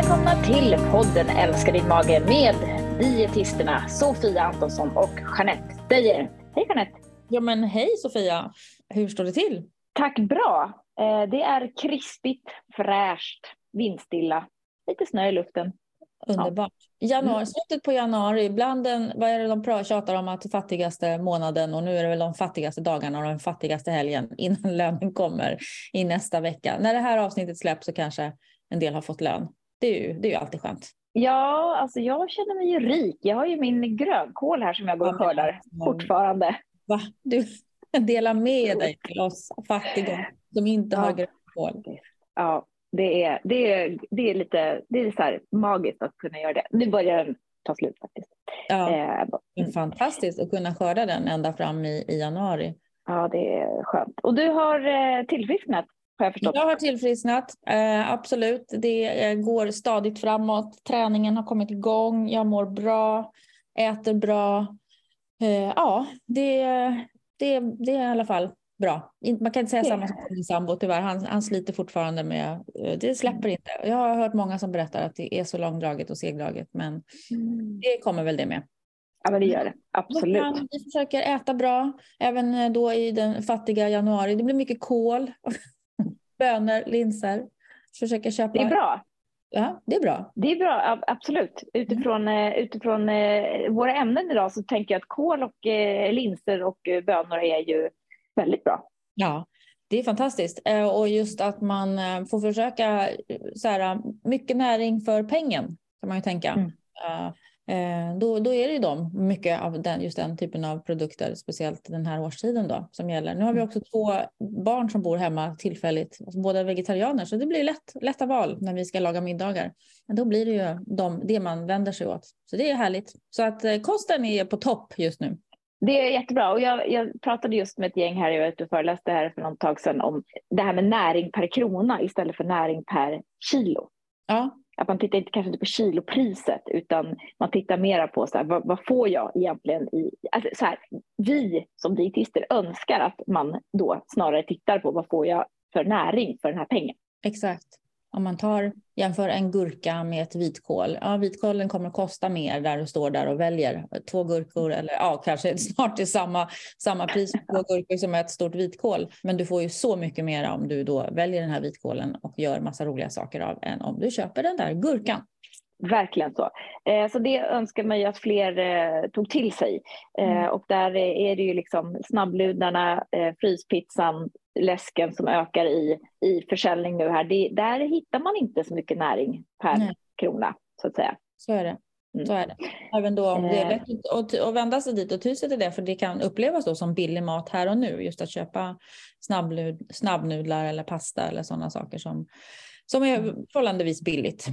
Välkomna till podden Älskar din mage med dietisterna Sofia Antonsson och Jeanette Steyer. Hej Jeanette! Ja men hej Sofia, hur står det till? Tack, bra. Det är krispigt, fräscht, vindstilla, lite snö i luften. Underbart. Januari, slutet på januari, vad är det de tjatar om att fattigaste månaden, och nu är det väl de fattigaste dagarna och den fattigaste helgen innan lönen kommer i nästa vecka. När det här avsnittet släpps så kanske en del har fått lön. Det är ju alltid skönt. Ja, alltså jag känner mig ju rik. Jag har ju min grönkål här som jag går och skördar fortfarande. Va? Du delar med dig till oss fattiga som inte har grönkål. Ja, det är lite så här magiskt att kunna göra det. Nu börjar den ta slut faktiskt. Ja, fantastiskt att kunna skörda den ända fram i januari. Ja, det är skönt. Och du har tillfrisknat, har jag förstått. Jag har tillfrisknat, absolut. Det går stadigt framåt. Träningen har kommit igång. Jag mår bra, äter bra. Ja, det är i alla fall bra. Man kan inte säga samma som min sambo tyvärr. Han sliter fortfarande med, det släpper inte. Jag har hört många som berättar att det är så långdraget och segdraget, men det kommer väl det med. Ja, men det gör det. Absolut. Vi försöker äta bra, även då i den fattiga januari. Det blir mycket kål, bönor, linser. Försöker köpa. Det är bra. Ja, det är bra. Det är bra, absolut. Utifrån våra ämnen idag så tänker jag att kål och linser och bönor är ju väldigt bra. Ja, det är fantastiskt. Och just att man får försöka så här, mycket näring för pengen kan man ju tänka. Då är det ju mycket av just den typen av produkter, speciellt den här årstiden då, som gäller. Nu har vi också 2 barn som bor hemma tillfälligt, alltså båda vegetarianer, så det blir lätta val när vi ska laga middagar. Men då blir det ju det man vänder sig åt. Så det är härligt. Så att kosten är på topp just nu. Det är jättebra, och jag pratade just med ett gäng här, jag var ute och föreläste här för någon tag sedan om det här med näring per krona istället för näring per kilo. Ja. Att man tittar inte kanske på kilopriset, utan man tittar mera på så här, vad får jag egentligen alltså så här, vi som dietister önskar att man då snarare tittar på vad får jag för näring för den här pengen. Exakt. Om man jämför en gurka med ett vitkål. Ja, vitkålen kommer kosta mer där du står där och väljer 2 gurkor. Eller kanske snart är samma pris på 2 gurkor som ett stort vitkål. Men du får ju så mycket mer om du då väljer den här vitkålen och gör massa roliga saker av än om du köper den där gurkan. Verkligen så. Så det önskar man ju att fler tog till sig. Och där är det ju liksom snabbludarna, fryspizzan, läsken som ökar i försäljning nu här. Där hittar man inte så mycket näring per krona, så att säga. Så är det. Så är det. Även då om det är lätt att vända sig dit och ty sig till det, för det kan upplevas då som billig mat här och nu. Just att köpa snabbnudlar eller pasta eller sådana saker som är förhållandevis billigt.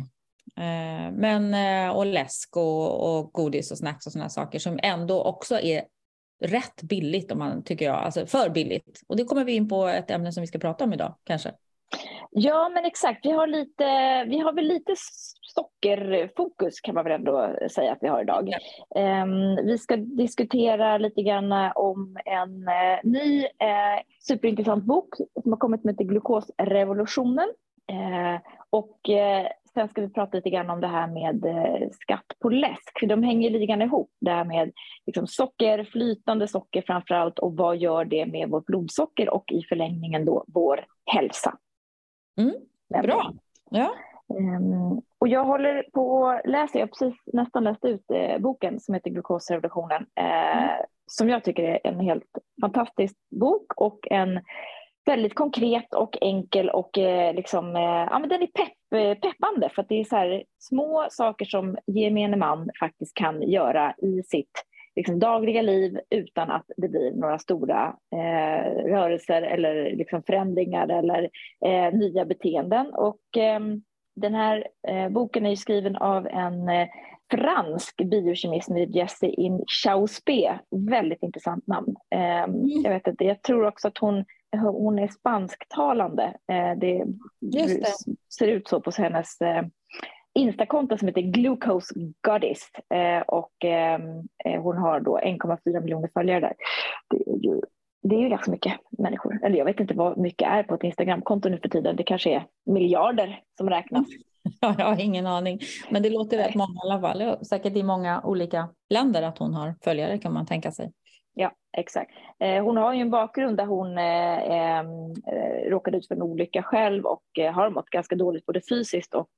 Och läsk och godis och snacks och sådana saker som ändå också är rätt billigt, om man tycker jag, alltså för billigt. Och det kommer vi in på ett ämne som vi ska prata om idag kanske. Ja, men exakt. Vi har väl lite sockerfokus, kan man väl ändå säga att vi har idag. Vi ska diskutera lite grann om en ny superintressant bok som har kommit med till glukosrevolutionen. Och sen ska vi prata lite grann om det här med skatt på läsk. För de hänger lite grann ihop. Det här med liksom socker, flytande socker framförallt. Och vad gör det med vårt blodsocker och i förlängningen då vår hälsa. Bra. Ja. Och jag håller på att läsa, jag har precis nästan läst ut boken som heter Glukosrevolutionen. Som jag tycker är en helt fantastisk bok och en väldigt konkret och enkel och men den är peppande, för att det är så här små saker som gemene man faktiskt kan göra i sitt dagliga liv utan att det blir några stora rörelser eller förändringar eller nya beteenden. Och den här boken är ju skriven av en fransk biokemist som heter Jessie Inchauspé. Väldigt intressant namn. Jag vet inte, jag tror också att hon är spansktalande. Det ser ut så på hennes Instakonto som heter Glucose Goddess. Och hon har då 1,4 miljoner följare där. Det är ju ganska mycket människor. Eller jag vet inte vad mycket är på ett Instagramkonto nu för tiden. Det kanske är miljarder som räknas. Ja, jag har ingen aning. Men det låter rätt många i alla fall. Säkert i många olika länder att hon har följare, kan man tänka sig. Ja, exakt. Hon har ju en bakgrund där hon råkade ut för en olycka själv och har mått ganska dåligt både fysiskt och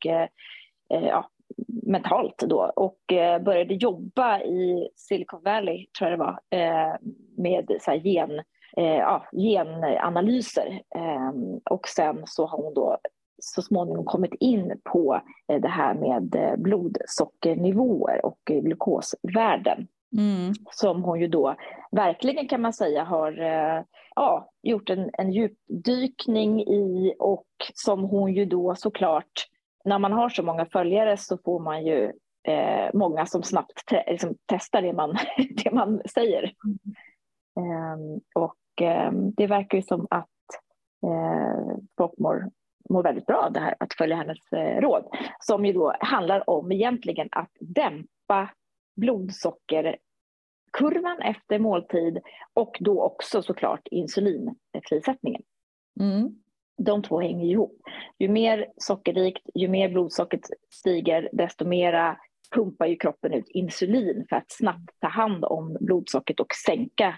mentalt då. Och började jobba i Silicon Valley, tror jag det var, med så här genanalyser. Och sen så har hon då så småningom kommit in på det här med blodsockernivåer och glukosvärden. Som hon ju då verkligen, kan man säga, har gjort en djupdykning i, och som hon ju då såklart, när man har så många följare så får man ju många som snabbt testar det man säger. Det verkar ju som att folk mår väldigt bra det här, att följa hennes råd, som ju då handlar om egentligen att dämpa blodsockerkurvan efter måltid och då också såklart insulinfrisättningen. De två hänger ihop. Ju mer sockerrikt, ju mer blodsockret stiger, desto mera pumpar ju kroppen ut insulin för att snabbt ta hand om blodsockret och sänka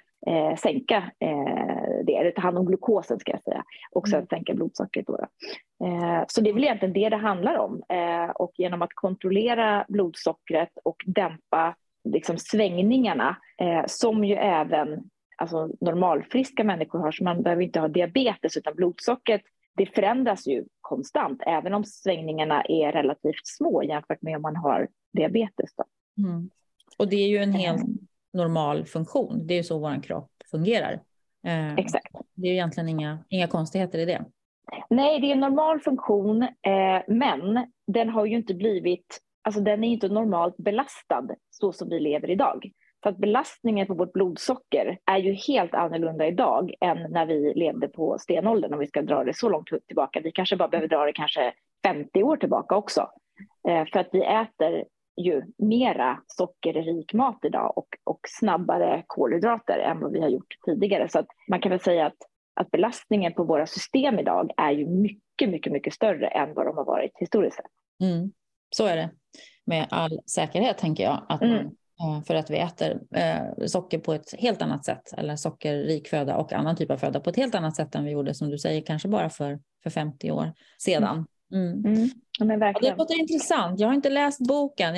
det, eller ta hand om glukosen, ska jag säga, och sen sänka blodsockret då. Så det är väl egentligen det handlar om, och genom att kontrollera blodsockret och dämpa liksom svängningarna, som ju även normalfriska människor har, så man behöver inte ha diabetes, utan blodsockret, det förändras ju konstant, även om svängningarna är relativt små jämfört med om man har diabetes då. Och det är ju en helt normal funktion. Det är ju så vår kropp fungerar. Exakt. Det är ju egentligen inga konstigheter i det. Nej, det är en normal funktion, men den har ju inte blivit, den är inte normalt belastad så som vi lever idag. Så att belastningen på vårt blodsocker är ju helt annorlunda idag än när vi levde på stenåldern, om vi ska dra det så långt tillbaka. Vi kanske bara behöver dra det kanske 50 år tillbaka också. För att vi äter ju mera sockerrik mat idag och snabbare kolhydrater än vad vi har gjort tidigare. Så att man kan väl säga att belastningen på våra system idag är ju mycket, mycket, mycket större än vad de har varit historiskt sett. Så är det med all säkerhet, tänker jag. Att för att vi äter socker på ett helt annat sätt, eller sockerrik föda och annan typ av föda på ett helt annat sätt än vi gjorde, som du säger, kanske bara för 50 år sedan. Ja, men verkligen. Det låter intressant. Jag har inte läst boken.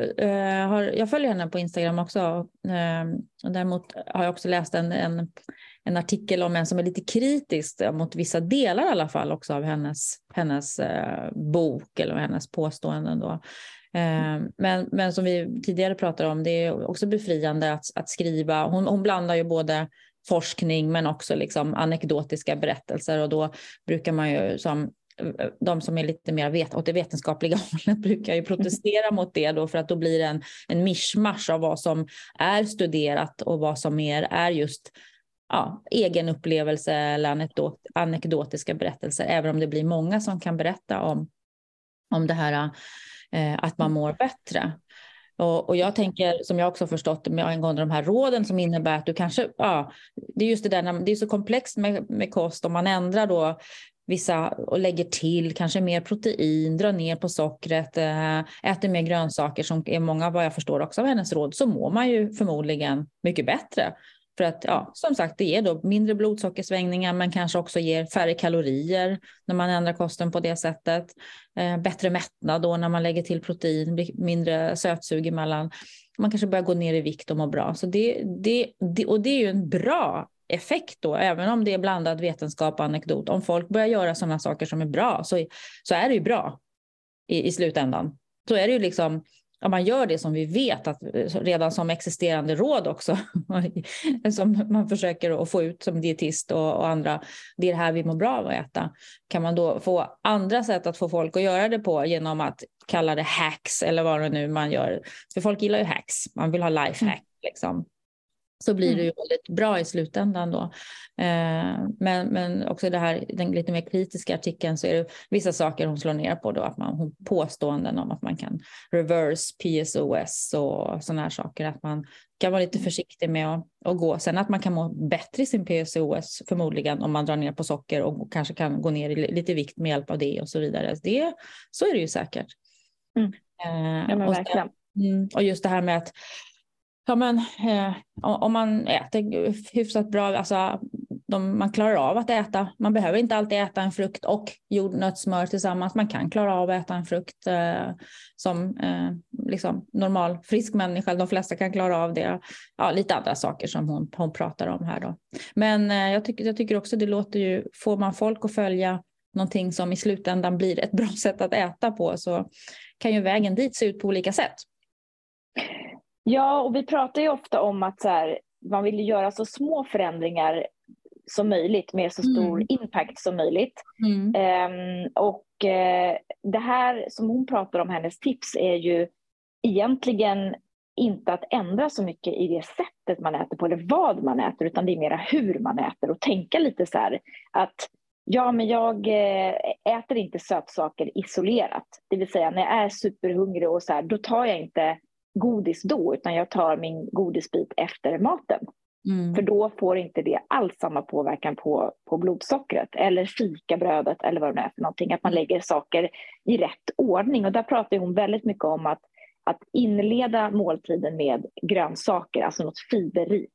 Jag följer henne på Instagram också. Och däremot har jag också läst en artikel om en som är lite kritisk mot vissa delar i alla fall också av hennes bok eller hennes påståenden då. Men som vi tidigare pratade om, det är också befriande att skriva. Hon blandar ju både forskning men också liksom anekdotiska berättelser, och då brukar man ju, som de som är lite mer åt det vetenskapliga hållet, brukar ju protestera mot det då, för att då blir det en mischmasch av vad som är studerat och vad som mer är just egen upplevelse eller anekdotiska berättelser, även om det blir många som kan berätta om det här att man mår bättre. Och jag tänker, som jag också förstått med angående de här råden, som innebär att du kanske, det är just det där, det är så komplext med kost, om man ändrar då vissa och lägger till kanske mer protein, drar ner på sockret, äter mer grönsaker, som är många, vad jag förstår också av hennes råd, så mår man ju förmodligen mycket bättre. För att, som sagt, det ger då mindre blodsockersvängningar, men kanske också ger färre kalorier när man ändrar kosten på det sättet. Bättre mättnad då när man lägger till protein, blir mindre sötsug emellan. Man kanske börjar gå ner i vikt och må bra. Så det är ju en bra effekt då, även om det är blandad vetenskap och anekdot. Om folk börjar göra sådana saker som är bra, så är det ju bra i slutändan. Så är det ju liksom, om man gör det som vi vet, att redan som existerande råd också, som man försöker att få ut som dietist och andra, det är det här vi mår bra av att äta. Kan man då få andra sätt att få folk att göra det på, genom att kalla det hacks eller vad det nu man gör. För folk gillar ju hacks, man vill ha lifehack liksom. så blir det ju väldigt bra i slutändan då. Men också det här, den lite mer kritiska artikeln, så är det vissa saker hon slår ner på då, att hon påståenden om att man kan reverse PSOS och sådana här saker, att man kan vara lite försiktig med att gå. Sen att man kan må bättre i sin PSOS förmodligen om man drar ner på socker och kanske kan gå ner i lite vikt med hjälp av det och så vidare. Så är det ju säkert. Ja, men verkligen. Och just det här med att om man äter hyfsat bra, alltså man klarar av att äta. Man behöver inte alltid äta en frukt och jordnötssmör tillsammans. Man kan klara av att äta en frukt som liksom normal frisk människa. De flesta kan klara av det. Ja, lite andra saker som hon pratar om här då. Men jag tycker också det låter ju, får man folk att följa någonting som i slutändan blir ett bra sätt att äta på, så kan ju vägen dit se ut på olika sätt. Ja, och vi pratar ju ofta om att så här, man vill göra så små förändringar som möjligt med så stor impact som möjligt. Det här som hon pratar om, hennes tips, är ju egentligen inte att ändra så mycket i det sättet man äter på eller vad man äter, utan det är mera hur man äter, och tänka lite så här att men jag äter inte sötsaker isolerat. Det vill säga när jag är superhungrig och så här, då tar jag inte godis då, utan jag tar min godisbit efter maten. För då får inte det alls samma påverkan på blodsockret eller fikabrödet eller vad det är för någonting. Att man lägger saker i rätt ordning. Och där pratar hon väldigt mycket om att inleda måltiden med grönsaker, alltså något fiberrikt.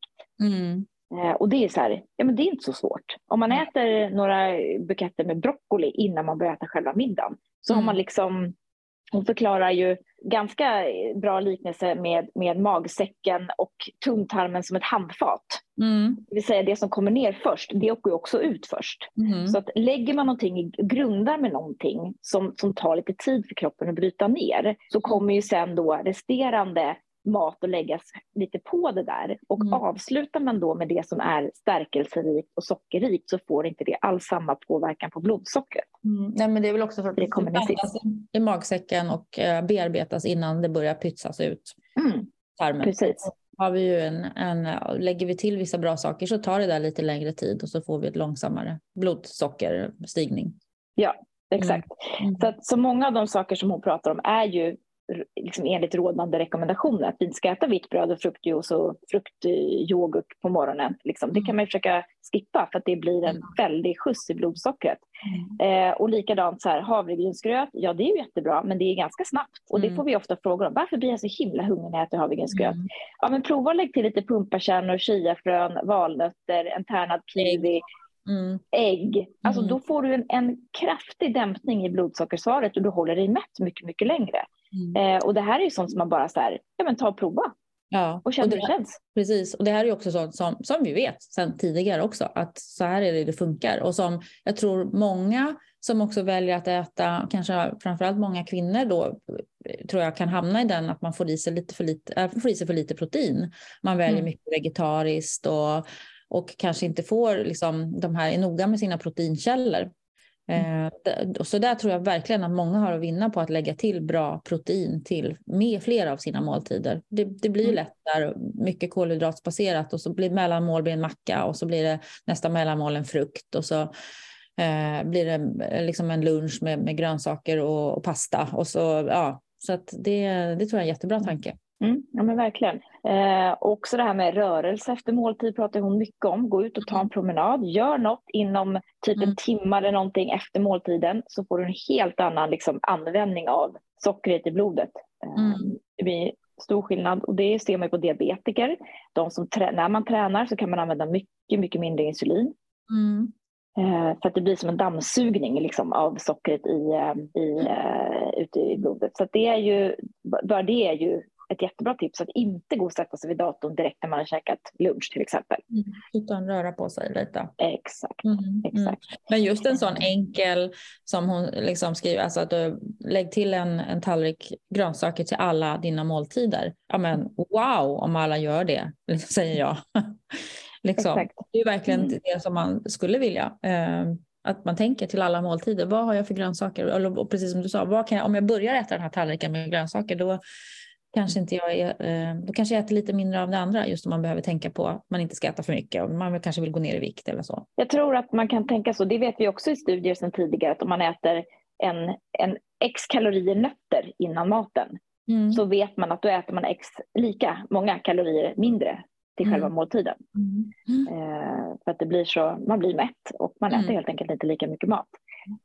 Och det är så här, men det är inte så svårt. Om man äter några buketter med broccoli innan man börjar äta själva middagen, så har man liksom, hon förklarar ju ganska bra liknelse med magsäcken och tunntarmen som ett handfat. Det vill säga det som kommer ner först, det åker ju också ut först. Så att lägger man någonting, grundar med någonting som tar lite tid för kroppen att bryta ner, så kommer ju sen då resterande mat att läggas lite på det där. Och avslutar man då med det som är stärkelserikt och sockerrikt, så får inte det alls samma påverkan på blodsockret. Nej, men det är väl också för att det kommer i magsäcken och bearbetas innan det börjar pytsas ut. Tarmen. Precis. Har vi ju lägger vi till vissa bra saker, så tar det där lite längre tid och så får vi ett långsammare blodsockerstigning. Ja, exakt. Så många av de saker som hon pratar om är ju liksom enligt rådande rekommendationer, att vi inte ska äta vitt bröd och fruktjuice och fruktyoghurt på morgonen. Liksom. Det kan man försöka skippa, för att det blir en väldig skjuts i blodsockret. Och likadant så här, havregrynsgröt, ja det är ju jättebra, men det är ganska snabbt. Och det får vi ofta frågor om. Varför blir jag så himla hungrig när jag äter havregrynsgröt? Ja, men prova att lägga till lite pumpakärnor, chiafrön, valnötter, en tärnad kiwi, ägg. Alltså då får du en kraftig dämpning i blodsockersvaret, och du håller dig mätt mycket, mycket längre. Och det här är ju sånt som man bara så här, ta och prova. Ja, och känna hur det känns. Precis, och det här är ju också sånt som vi vet sedan tidigare också, att så här är det funkar. Och som jag tror många som också väljer att äta, kanske framförallt många kvinnor då, tror jag kan hamna i den att man får i sig för lite protein. Man väljer mycket vegetariskt och kanske inte får liksom, de här är noga med sina proteinkällor. Så där tror jag verkligen att många har att vinna på att lägga till bra protein till med flera av sina måltider. Det blir lätt där mycket kolhydratsbaserat, och så blir mellanmål en macka, och så blir det nästa mellanmål en frukt, och så blir det liksom en lunch med grönsaker och pasta, och så så att det tror jag är en jättebra tanke. Ja, men verkligen. Också det här med rörelse efter måltid pratar hon mycket om. Gå ut och ta en promenad. Gör något inom typ en timme eller någonting efter måltiden, så får du en helt annan liksom, användning av sockret i blodet. Det blir stor skillnad, och det ser man på diabetiker. De som när man tränar så kan man använda mycket, mycket mindre insulin. För att det blir som en dammsugning liksom, av sockret ute i blodet. Så att det är ju ett jättebra tips, att inte gå och sätta sig vid datorn direkt när man har käkat lunch till exempel. Utan röra på sig lite. Exakt. Men just en sån enkel som hon liksom skriver, alltså att du lägg till en tallrik grönsaker till alla dina måltider. Ja men wow, om alla gör det, säger jag. Liksom. Det är verkligen det som man skulle vilja. Att man tänker till alla måltider. Vad har jag för grönsaker? Och precis som du sa, om jag börjar äta den här tallriken med grönsaker, kanske inte då kanske jag äter lite mindre av det andra, just om man behöver tänka på att man inte ska äta för mycket och man kanske vill gå ner i vikt eller så. Jag tror att man kan tänka så, det vet vi också i studier sedan tidigare, att om man äter en x kalorier nötter innan maten, så vet man att då äter man lika många kalorier mindre till själva måltiden. För att det blir så, man blir mätt och man äter helt enkelt inte lika mycket mat.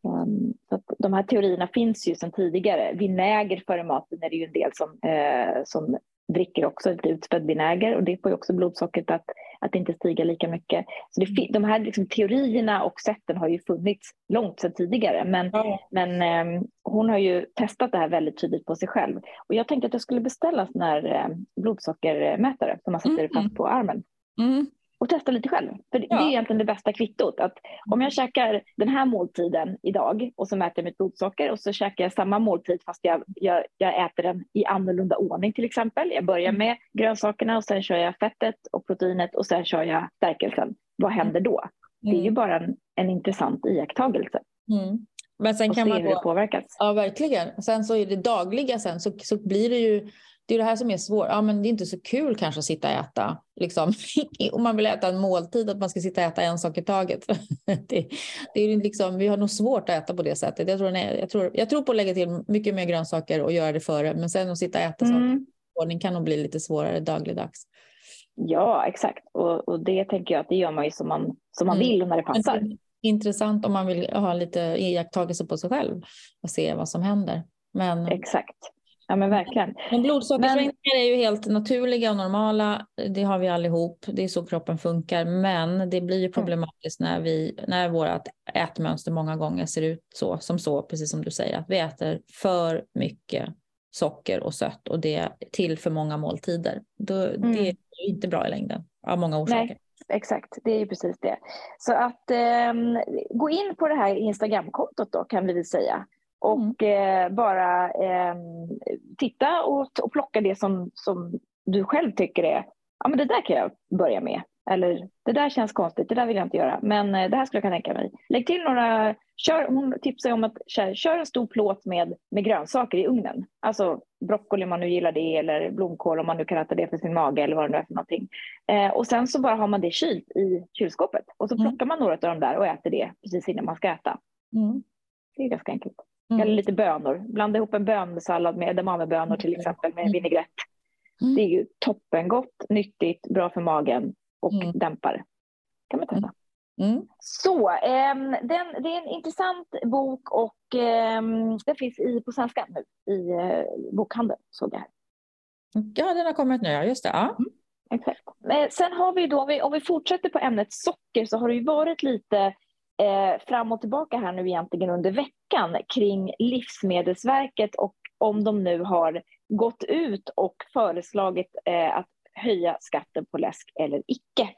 Så att de här teorierna finns ju sedan tidigare. Vinäger före maten är det ju en del som dricker också lite utspädd vinäger, och det får ju också blodsockret att inte stiga lika mycket. Så de här liksom teorierna och sätten har ju funnits långt sedan tidigare, men hon har ju testat det här väldigt tydligt på sig själv. Och jag tänkte att jag skulle beställa en sån här blodsockermätare som man sätter fast på armen. Och testa lite själv. För det är egentligen det bästa kvittot. Att om jag käkar den här måltiden idag och så mäter jag mitt blodsocker, och så käkar jag samma måltid fast jag äter den i annorlunda ordning till exempel. Jag börjar med grönsakerna och sen kör jag fettet och proteinet och sen kör jag stärkelsen. Vad händer då? Det är ju bara en intressant iakttagelse. Men sen och kan se man hur det påverkas. Ja, verkligen. Sen så är det dagliga sen så blir det ju. Det är det här som är svårt. Ja, men det är inte så kul kanske att sitta och äta. Liksom. Om man vill äta en måltid, att man ska sitta och äta en sak i taget. Det är liksom, vi har nog svårt att äta på det sättet. Jag tror på att lägga till mycket mer grönsaker och göra det före. Men sen att sitta och äta saker kan nog bli lite svårare dagligdags. Ja, exakt. Och det tänker jag att det gör man ju som man vill och när det passar. Intressant om man vill ha lite iakttagelse på sig själv och se vad som händer. Men... Exakt. Ja, men verkligen. Men blodsockersvängningar är ju helt naturliga och normala. Det har vi allihop. Det är så kroppen funkar. Men det blir ju problematiskt när vårt ätmönster många gånger ser ut så, precis som du säger. Att vi äter för mycket socker och sött och det till för många måltider. Det är ju inte bra i längden av många orsaker. Nej. Exakt, det är ju precis det. Så att gå in på det här Instagramkontot då, kan vi väl säga. Och bara titta och plocka det som du själv tycker är, ja men det där kan jag börja med. Eller det där känns konstigt, det där vill jag inte göra. Men det här skulle jag kunna tänka mig. Lägg till hon tipsar om att kör en stor plåt med grönsaker i ugnen. Alltså broccoli om man nu gillar det, eller blomkål om man nu kan äta det för sin mage eller vad det nu är för någonting. Och sen så bara har man det kylt i kylskåpet. Och så plockar man några av de där och äter det precis innan man ska äta. Det är ganska enkelt. Eller lite bönor. Blanda ihop en bönsallad med edamamebönor till exempel med vinägrett. Det är ju toppengott, nyttigt, bra för magen och dämpar. Kan man testa. Så, det är en intressant bok och den finns på svenska nu i bokhandeln, såg jag här. Ja, den har kommit nu, ja, just det. Ja. Exakt. Sen har vi då, om vi fortsätter på ämnet socker, så har det ju varit lite fram och tillbaka här nu egentligen under veckan kring Livsmedelsverket och om de nu har gått ut och föreslagit att höja skatten på läsk eller icke.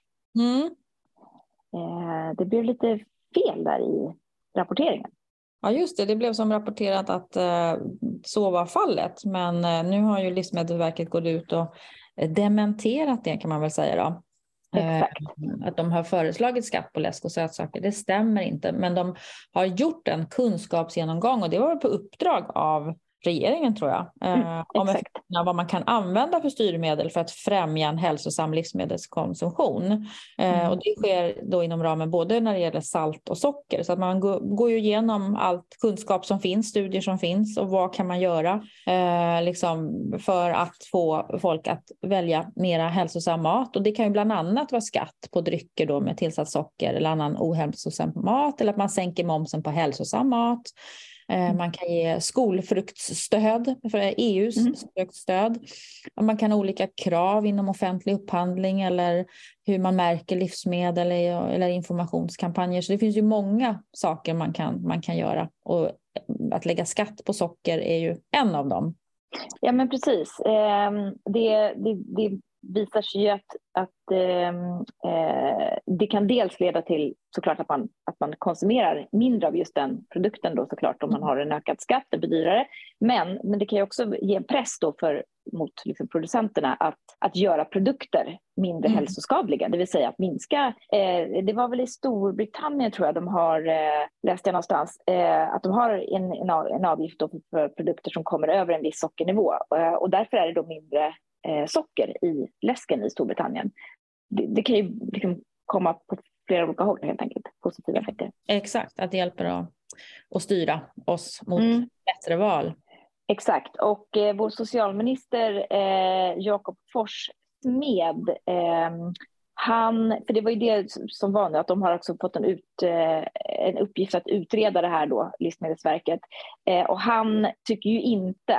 Det blev lite fel där i rapporteringen. Ja just det, det blev som rapporterat att så var fallet, men nu har ju Livsmedelsverket gått ut och dementerat det, kan man väl säga då. Exakt. Att de har föreslagit skatt på läsk och sötsaker, det stämmer inte, men de har gjort en kunskapsgenomgång och det var på uppdrag av regeringen tror jag, om vad man kan använda för styrmedel för att främja en hälsosam livsmedelskonsumtion. Och det sker då inom ramen både när det gäller salt och socker, så att man går ju igenom allt kunskap som finns, studier som finns och vad kan man göra liksom för att få folk att välja mera hälsosam mat, och det kan ju bland annat vara skatt på drycker då med tillsatt socker eller annan ohälsosam mat, eller att man sänker momsen på hälsosam mat. Man kan ge skolfruktsstöd för EUs fruktstöd. Man kan ha olika krav inom offentlig upphandling eller hur man märker livsmedel eller informationskampanjer. Så det finns ju många saker man kan göra. Och att lägga skatt på socker är ju en av dem. Ja men precis. Det visar sig ju att det kan dels leda till såklart att man konsumerar mindre av just den produkten då såklart om man har en ökad skatt, det blir dyrare. Men det kan ju också ge en press då för mot liksom producenterna att göra produkter mindre hälsoskadliga. Det vill säga att minska, det var väl i Storbritannien tror jag de har, läste jag någonstans, att de har en avgift då för produkter som kommer över en viss sockernivå. Och därför är det då mindre socker i läsken i Storbritannien. Det kan ju liksom komma på flera olika håll helt enkelt, positiva effekter. Exakt, att det hjälper att styra oss mot bättre val. Exakt, och vår socialminister Jakob Forssmed, för det var ju det som var nu, att de har också fått en uppgift att utreda det här då, Livsmedelsverket. Och han tycker ju inte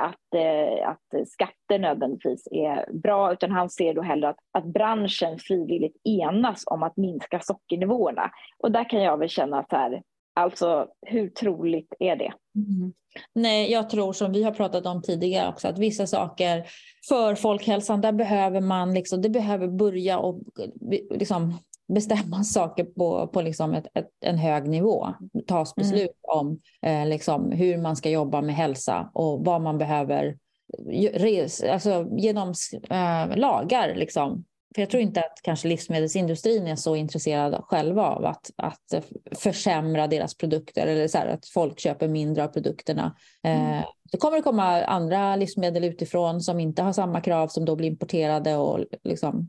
att skatter nödvändigtvis är bra, utan han ser då hellre att branschen frivilligt enas om att minska sockernivåerna. Och där kan jag väl känna så här, alltså hur troligt är det? Nej, jag tror som vi har pratat om tidigare också att vissa saker för folkhälsan, där behöver man liksom, det behöver börja och liksom bestämma saker på liksom en hög nivå. Tas beslut om liksom hur man ska jobba med hälsa och vad man behöver alltså genom lagar liksom. För jag tror inte att kanske livsmedelsindustrin är så intresserad själva av att försämra deras produkter eller så här, att folk köper mindre av produkterna. Så kommer det komma andra livsmedel utifrån som inte har samma krav som då blir importerade och liksom.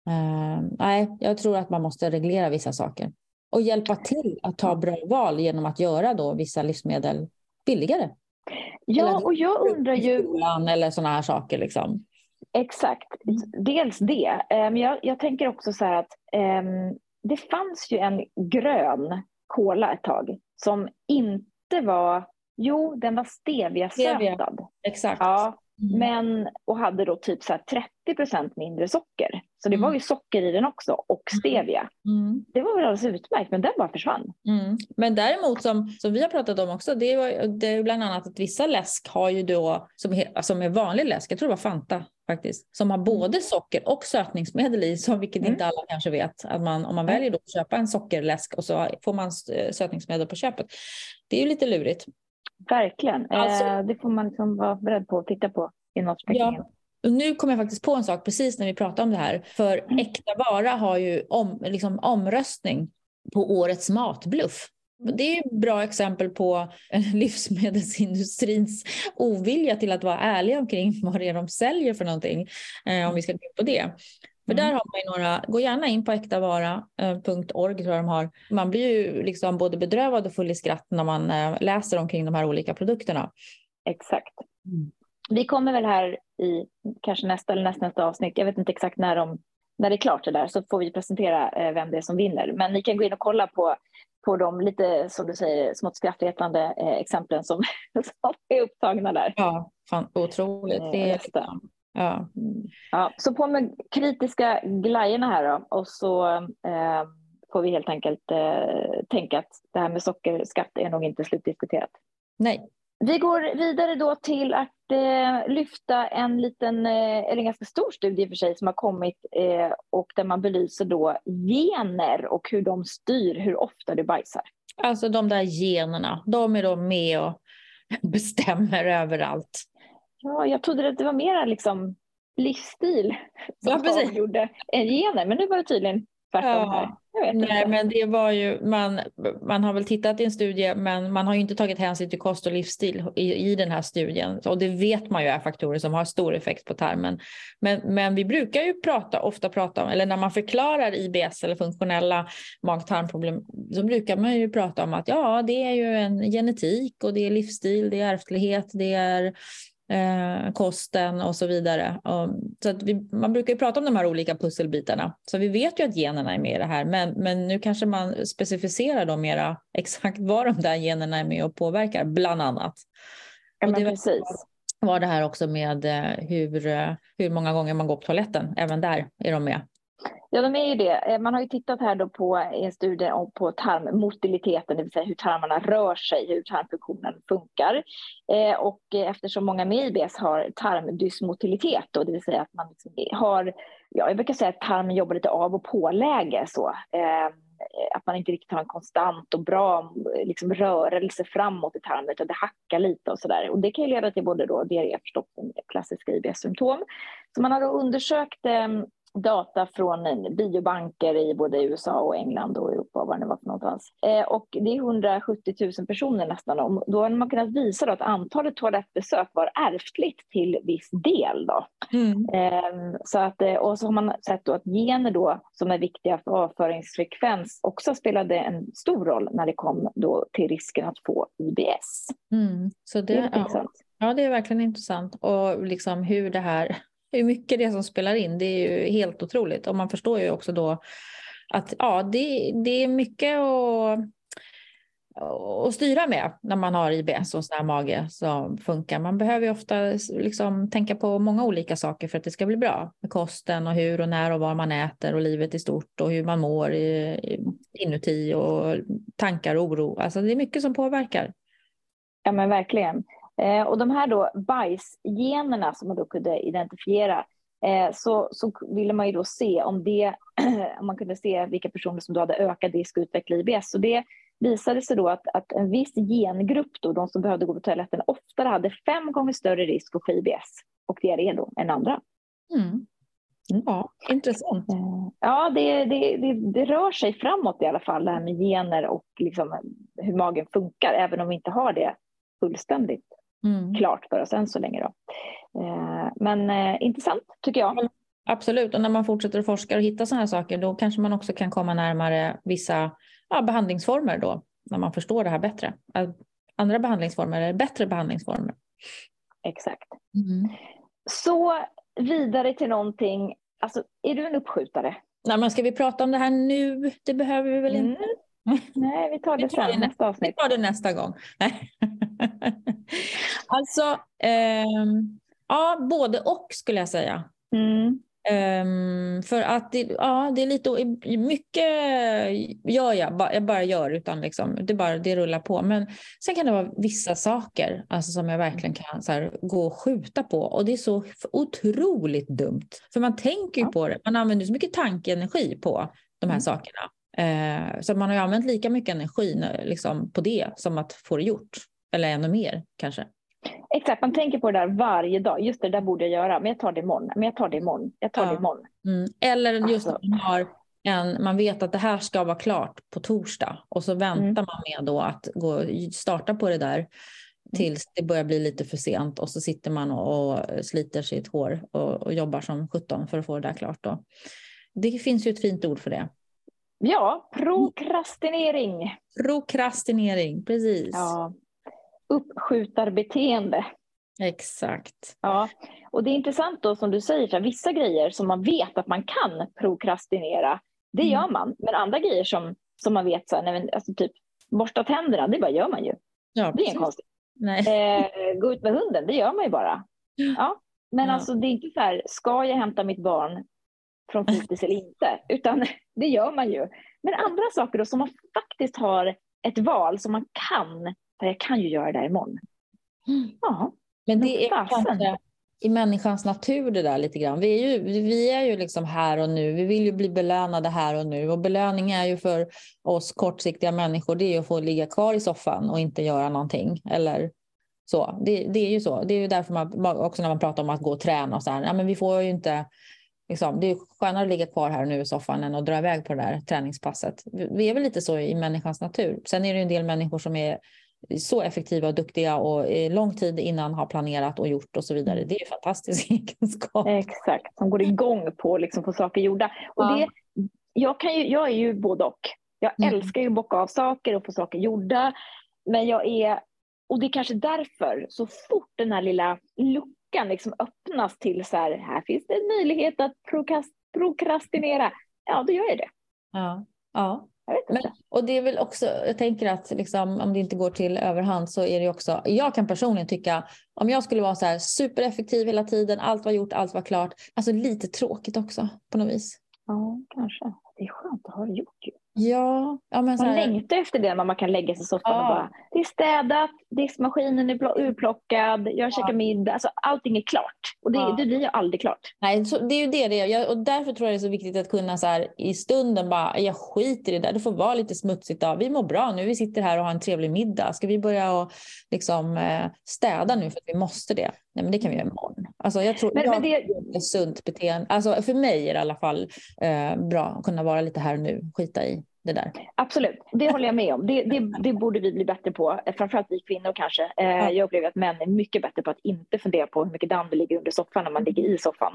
Nej, jag tror att man måste reglera vissa saker och hjälpa till att ta bra val genom att göra då vissa livsmedel billigare. Ja, och jag undrar ju eller såna här saker liksom. Exakt, dels det. Men jag tänker också så här att det fanns ju en grön cola ett tag som inte var, den var stevia-sötad. Exakt. Ja, men och hade då typ så här 30% mindre socker. Så det var ju socker i den också och stevia. Det var väl alldeles utmärkt, men den bara försvann. Men däremot som vi har pratat om också, det är bland annat att vissa läsk har ju då, som är vanlig läsk, jag tror det var Fanta faktiskt, som har både socker och sötningsmedel i, vilket inte alla kanske vet. Att om man väljer då att köpa en sockerläsk och så får man sötningsmedel på köpet. Det är ju lite lurigt. Verkligen. Alltså, det får man liksom vara beredd på att titta på i något förpackningen. Ja. Och nu kom jag faktiskt på en sak precis när vi pratade om det här. För Äkta Vara har ju omröstning på årets matbluff. Det är ett bra exempel på livsmedelsindustrins ovilja till att vara ärliga omkring vad det är de säljer för någonting. Om vi ska gå in på det. För där har man ju några, gå gärna in på äktavara.org tror jag de har. Man blir ju liksom både bedrövad och full i skratt när man läser omkring de här olika produkterna. Exakt. Vi kommer väl här i kanske nästa eller nästa avsnitt, jag vet inte exakt när det är klart det där, så får vi presentera vem det är som vinner. Men ni kan gå in och kolla på de lite, som du säger, smått skrattretande exemplen som är upptagna där. Ja, fan, otroligt. Det är Ja, så på med kritiska glajjorna här då, och så får vi helt enkelt tänka att det här med sockerskatt är nog inte slutdiskuterat. Nej. Vi går vidare då till att lyfta en ganska stor studie för sig som har kommit och där man belyser då gener och hur de styr hur ofta du bajsar. Alltså de där generna, de är då med och bestämmer överallt. Ja, jag trodde att det var mer liksom livsstil som avgjorde än gener, men nu var det tydligen tvärtom här. Nej, men det var ju, man har väl tittat i en studie, men man har ju inte tagit hänsyn till kost och livsstil i den här studien. Och det vet man ju är faktorer som har stor effekt på tarmen. Men vi brukar ju ofta prata om, eller när man förklarar IBS eller funktionella mag-tarmproblem, så brukar man ju prata om att det är ju en genetik och det är livsstil, det är ärftlighet, det är kosten och så vidare. Så att man brukar ju prata om de här olika pusselbitarna. Så vi vet ju att generna är med i det här. Men nu kanske man specificerar då mera exakt vad de där generna är med och påverkar, bland annat. Ja, och det precis. var det här också med hur många gånger man går på toaletten. Även där är de med. Ja, de är ju det. Man har ju tittat här då på en studie på tarmmotiliteten, det vill säga hur tarmarna rör sig, hur tarmfunktionen funkar. Och eftersom många med IBS har tarmdysmotilitet, då, det vill säga att man liksom har, jag brukar säga att tarmen jobbar lite av- och påläge så. Att man inte riktigt har en konstant och bra liksom, rörelse framåt i tarmen, utan det hackar lite och sådär. Och det kan ju leda till både då diarré, förstoppning, klassiska IBS-symptom. Så man har då undersökt data från biobanker i både USA och England och Europa, var det var för någonstans. Och det är 170 000 personer nästan. Och då har man kunnat visa då att antalet toalettbesök var ärftligt till viss del. Då. Så att, och så har man sett då att gener då, som är viktiga för avföringsfrekvens också spelade en stor roll när det kom då till risken att få IBS. Så det är intressant. Ja, det är verkligen intressant. Och liksom hur mycket det som spelar in, det är ju helt otroligt. Och man förstår ju också då att det är mycket att styra med när man har IBS och sån här mage som funkar. Man behöver ju ofta liksom tänka på många olika saker för att det ska bli bra. Med kosten och hur och när och vad man äter och livet i stort och hur man mår inuti och tankar och oro. Alltså det är mycket som påverkar. Ja men verkligen. Och de här då bajsgenerna som man då kunde identifiera, så ville man ju då se om man kunde se vilka personer som då hade ökad risk att utveckla IBS. Så det visade sig då att en viss gengrupp då, de som behövde gå på toaletten, oftare hade 5 gånger större risk att få IBS och diarré då än andra. Ja, intressant. Ja, det rör sig framåt i alla fall, det här med gener och liksom hur magen funkar, även om vi inte har det fullständigt klart för oss än så länge då. Men intressant tycker jag. Absolut, och när man fortsätter att forska och hitta sådana här saker, då kanske man också kan komma närmare vissa behandlingsformer då, när man förstår det här bättre. Andra behandlingsformer eller bättre behandlingsformer. Exakt. Så vidare till någonting, alltså är du en uppskjutare? Nej, men ska vi prata om det här nu? Det behöver vi väl inte? Nej, vi tar det sen nästa avsnitt. Vi tar det nästa gång. Alltså, både och skulle jag säga. För att det är lite mycket gör jag bara gör utan liksom, det rullar på. Men sen kan det vara vissa saker alltså, som jag verkligen kan så här, gå och skjuta på. Och det är så otroligt dumt. För man tänker ju på det. Man använder så mycket tankeenergi på de här sakerna. Så man har ju använt lika mycket energi liksom, på det som att få det gjort. Eller ännu mer kanske. Exakt, man tänker på det där varje dag. Just det där borde jag göra, men jag tar det imorgon. Eller just att man vet att det här ska vara klart på torsdag. Och så väntar man med då att starta på det där tills det börjar bli lite för sent. Och så sitter man och sliter sitt hår och jobbar som 17 för att få det där klart då. Det finns ju ett fint ord för det. Ja, prokrastinering. Prokrastinering, precis. Ja. Uppskjutarbeteende. Exakt. Ja, och det är intressant då som du säger, så här, vissa grejer som man vet att man kan prokrastinera, det gör man. Men andra grejer som man vet, så här, alltså typ borsta tänderna, det bara gör man ju. Ja, det är en konstigt. Gå ut med hunden, det gör man ju bara. Ja, men alltså det är inte så här, ska jag hämta mitt barn från fritids eller inte? Utan det gör man ju. Men andra saker då som man faktiskt har ett val som man kan. Jag kan ju göra det där imorgon. Ja, men det är kanske i människans natur det där lite grann. Vi är ju liksom här och nu. Vi vill ju bli belönade här och nu. Och belöning är ju för oss kortsiktiga människor. Det är ju att få ligga kvar i soffan och inte göra någonting. Eller så. Det är ju så. Det är ju därför man också när man pratar om att gå och träna och så här. Ja, men vi får ju inte... Liksom, det är skönare att ligga kvar här nu i soffan än att dra iväg på det där träningspasset. Vi är väl lite så i människans natur. Sen är det en del människor som är så effektiva och duktiga och lång tid innan har planerat och gjort och så vidare. Det är ju fantastisk egenskap. Exakt, som går igång på liksom få saker gjorda. Och jag är ju både och. Jag älskar ju att bocka av saker och få saker gjorda. Men och det är kanske därför så fort den här lilla luckan liksom öppnas till så här finns det en möjlighet att prokrastinera. Ja, då gör jag det. Ja. Och det är väl också, jag tänker att liksom, om det inte går till överhand så är det också, jag kan personligen tycka, om jag skulle vara så här supereffektiv hela tiden, allt var gjort, allt var klart, alltså lite tråkigt också på något vis. Ja, kanske. Det är skönt att ha det gjort ju. Ja, men så man här... längtar efter det när man kan lägga sig i soffan och bara, det är städat, diskmaskinen är urplockad, jag käkar middag, alltså allting är klart. Och det blir ju aldrig klart. Nej, så det är ju det. Och därför tror jag det är så viktigt att kunna så här, i stunden bara, jag skiter i det där, det får vara lite smutsigt då. Vi mår bra nu, vi sitter här och har en trevlig middag. Ska vi börja och liksom städa nu för att vi måste det? Nej, men det kan vi göra imorgon. Alltså jag tror men det är sunt beteende. Alltså för mig är det i alla fall bra att kunna vara lite här och nu, skita i det där. Absolut, det håller jag med om. Det borde vi bli bättre på, framförallt vi kvinnor kanske. Jag upplever att män är mycket bättre på att inte fundera på hur mycket damm det ligger under soffan när man ligger i soffan.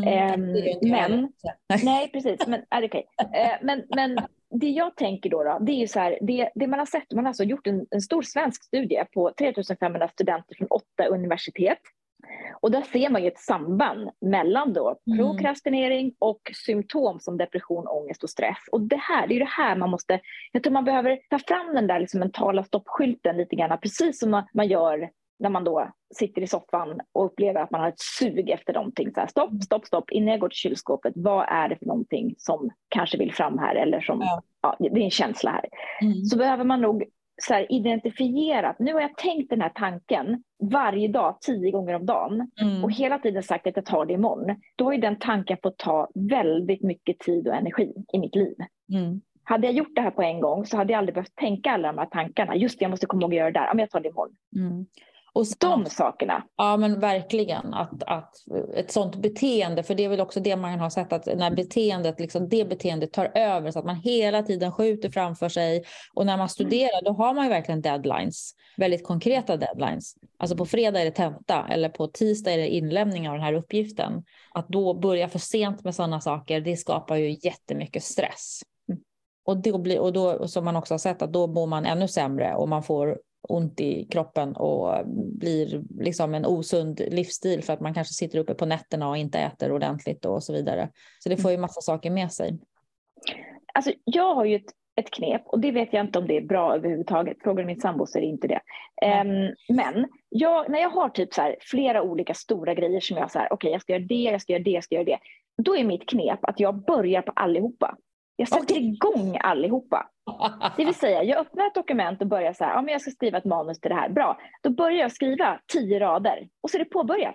Men, nej precis, men är det okej. Men det jag tänker då det är ju så här, det man har sett, man har alltså gjort en stor svensk studie på 3500 studenter från 8 universitet. Och där ser man ju ett samband mellan då prokrastinering och symptom som depression, ångest och stress. Och det är ju det här man måste, jag tror man behöver ta fram den där liksom mentala stoppskylten lite grann, precis som man gör när man då sitter i soffan och upplever att man har ett sug efter någonting. Så här, stopp, innan jag går till kylskåpet, vad är det för någonting som kanske vill fram här, eller som, det är en känsla här. Så behöver man nog så här identifiera, nu har jag tänkt den här tanken varje dag, 10 gånger om dagen och hela tiden sagt att jag tar det imorgon. Då har ju den tanken fått ta väldigt mycket tid och energi i mitt liv. Hade jag gjort det här på en gång så hade jag aldrig behövt tänka alla de här tankarna. Just det, jag måste komma ihåg att göra det där. Men jag tar det imorgon. Och de sakerna. Ja, men verkligen. Att ett sånt beteende, för det är väl också det man har sett, att när beteendet, liksom, det beteendet tar över så att man hela tiden skjuter framför sig. Och när man studerar, då har man ju verkligen deadlines. Väldigt konkreta deadlines. Alltså på fredag är det tenta eller på tisdag är det inlämning av den här uppgiften. Att då börja för sent med sådana saker, det skapar ju jättemycket stress. Och då, som man också har sett, att då mår man ännu sämre och man får ont i kroppen och blir liksom en osund livsstil för att man kanske sitter uppe på nätterna och inte äter ordentligt och så vidare. Så det får ju massa saker med sig. Alltså jag har ju ett knep, och det vet jag inte om det är bra överhuvudtaget. Frågar min sambo så är det inte det. Men när jag har typ så här flera olika stora grejer som jag så här, okej, jag ska göra det, jag ska göra det. Då är mitt knep att jag börjar på allihopa. Jag sätter igång allihopa. Det vill säga, jag öppnar ett dokument och börjar så här, men jag ska skriva ett manus till det här. Bra, då börjar jag skriva 10 rader och så är det påbörjat.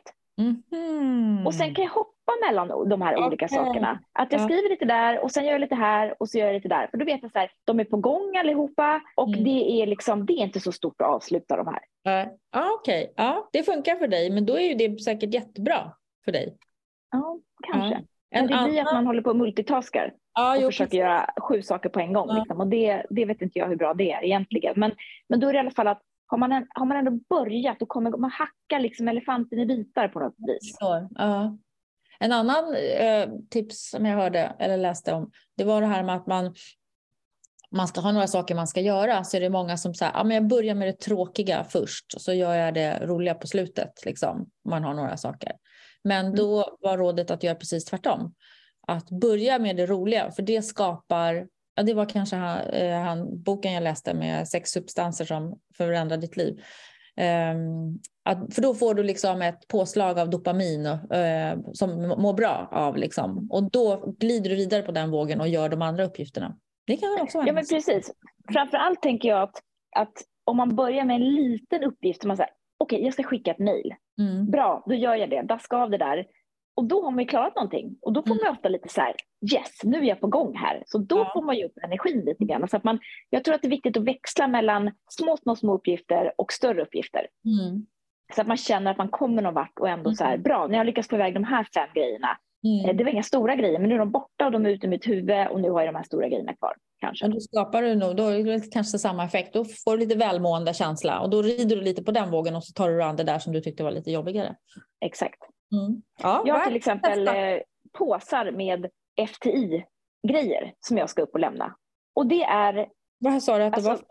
Och sen kan jag hoppa mellan de här olika sakerna. Att jag skriver lite där och sen gör jag lite här och så gör jag lite där. För då vet jag så här, de är på gång allihopa och det är inte så stort att avsluta de här. Okej. Ja, det funkar för dig, men då är ju det säkert jättebra för dig. Ja, kanske. Men det blir att man håller på och multitaskar. Och försöker göra 7 saker på en gång. Liksom. Och det vet inte jag hur bra det är egentligen. Men då är det i alla fall att har man ändå börjat, då kommer man hacka liksom elefanten i bitar på något vis. En annan tips som jag hörde eller läste om, det var det här med att man ska ha några saker man ska göra. Så är det många som säger, men jag börjar med det tråkiga först, så gör jag det roliga på slutet. Liksom, man har några saker. Men då var rådet att göra precis tvärtom. Att börja med det roliga, för det skapar, det var kanske boken jag läste med 6 substanser som förändrar ditt liv. För då får du liksom ett påslag av dopamin som mår bra av liksom. Och då glider du vidare på den vågen och gör de andra uppgifterna. Det kan också vara. Ja, men precis. Framförallt tänker jag att om man börjar med en liten uppgift som man säger, okej, jag ska skicka ett mejl. Bra, då gör jag det. Daska av det där. Och då har man ju klarat någonting. Och då får man ofta lite så här, yes, nu är jag på gång här. Så då får man ju upp energin lite grann. Så att jag tror att det är viktigt att växla mellan små uppgifter och större uppgifter. Så att man känner att man kommer någon vart och ändå så här, bra, när jag lyckas få iväg de här 5 grejerna. Det var inga stora grejer, men nu är de borta och de är ute i mitt huvud och nu har jag de här stora grejerna kvar. Kanske. Och då skapar du nog, då är det kanske samma effekt. Då får du lite välmående känsla och då rider du lite på den vågen och så tar du an det där som du tyckte var lite jobbigare. Exakt. Jag har till exempel påsar med FTI-grejer som jag ska upp och lämna. Och det är... Vad sa du att det var?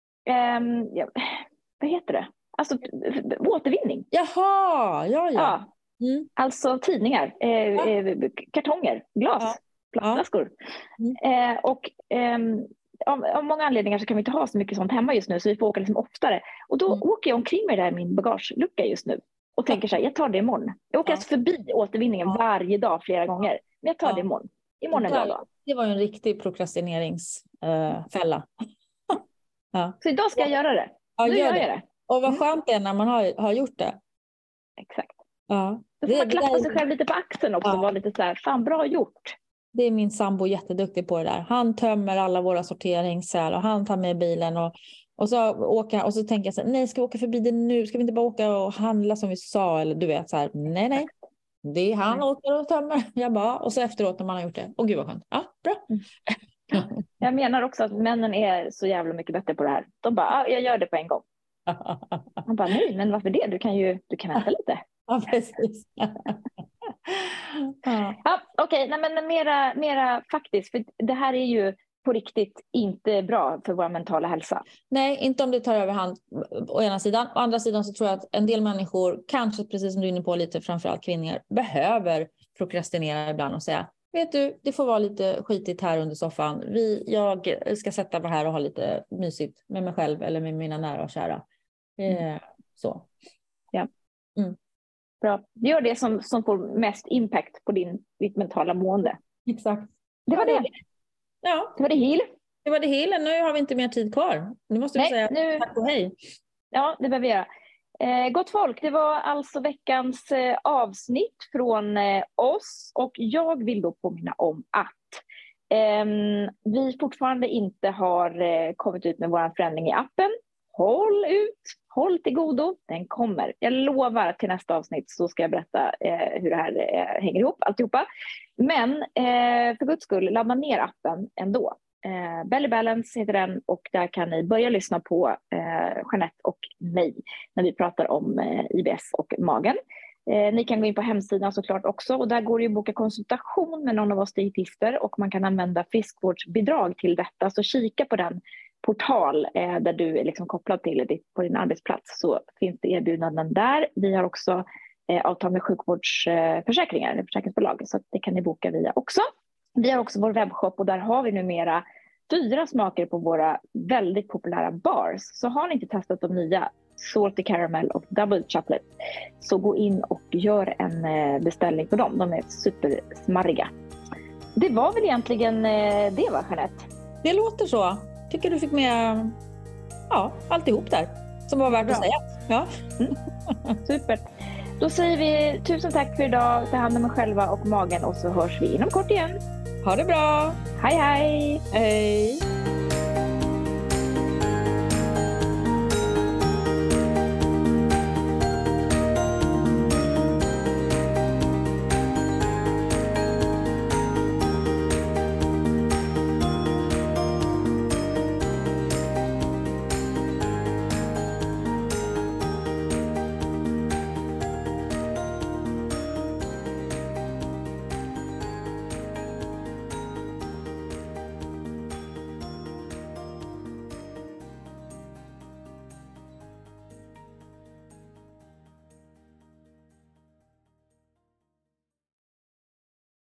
Vad heter det? Alltså återvinning. Jaha, ja. Alltså tidningar, kartonger, glas, plastflaskor. Och av många anledningar så kan vi inte ha så mycket sånt hemma just nu, så vi får åka liksom oftare. Och då åker jag omkring med det där i min bagagelucka just nu. Och tänker så här, jag tar det imorgon. Jag åker alltså förbi återvinningen varje dag flera gånger. Men jag tar det imorgon. Imorgon är en bra dag. Det var ju en riktig prokrastineringsfälla. Så idag ska jag göra det. Nu gör jag det. Och vad skönt det är när man har gjort det. Exakt. Då får man klappa sig själv lite på axeln också. Och vara lite så här, fan bra gjort. Det är min sambo jätteduktig på det där. Han tömmer alla våra sorteringskärl och han tar med bilen och så åker, och så tänker jag så här, nej, ska vi åka förbi det nu? Ska vi inte bara åka och handla som vi sa? Eller du vet så här, nej. Det är han åker och tömmer. Jag bara, och så efteråt när man har gjort det. Åh gud vad skönt. Ja, bra. Jag menar också att männen är så jävla mycket bättre på det här. De bara, jag gör det på en gång. Man bara, nej, men varför det? Du kan vänta lite. Ja, precis. Ja, okej, nej, men mera faktiskt. För det här är ju på riktigt inte bra för vår mentala hälsa. Nej, inte om det tar överhand å ena sidan. Å andra sidan så tror jag att en del människor, kanske precis som du är inne på lite, framförallt kvinnor, behöver prokrastinera ibland och säga, vet du, det får vara lite skitigt här under soffan. Jag ska sätta mig här och ha lite mysigt med mig själv eller med mina nära och kära. Så. Ja. Mm. Bra. Gör det som får mest impact på ditt mentala mående. Exakt. Det var det. Ja. Det var det hel. Det var det hela. Nu har vi inte mer tid kvar. Nu måste vi säga tack och hej. Ja, det behöver vi göra. Gott folk, det var alltså veckans avsnitt från oss. Och jag vill då påminna om att vi fortfarande inte har kommit ut med vår förändring i appen. Håll till godo, den kommer. Jag lovar att till nästa avsnitt så ska jag berätta hur det här hänger ihop, alltihopa. Men för guds skull, ladda ner appen ändå. Belly Balance heter den och där kan ni börja lyssna på Jeanette och mig när vi pratar om IBS och magen. Ni kan gå in på hemsidan såklart också och där går det att boka konsultation med någon av oss dietister och man kan använda friskvårdsbidrag till detta. Så kika på den portal där du är liksom kopplad till på din arbetsplats så finns det erbjudanden där. Vi har också avtal med sjukvårdsförsäkringar, försäkringsbolag, så det kan ni boka via också. Vi har också vår webbshop och där har vi numera 4 smaker på våra väldigt populära bars. Så har ni inte testat de nya Salty Caramel och Double Chocolate så gå in och gör en beställning på dem. De är supersmarriga. Det var väl egentligen det, va, Jeanette? Det låter så. Tycker du fick med alltihop där som var värt att säga. Ja. Super. Då säger vi tusen tack för idag. Ta hand om er själva och magen och så hörs vi inom kort igen. Ha det bra. Hej hej. Hej.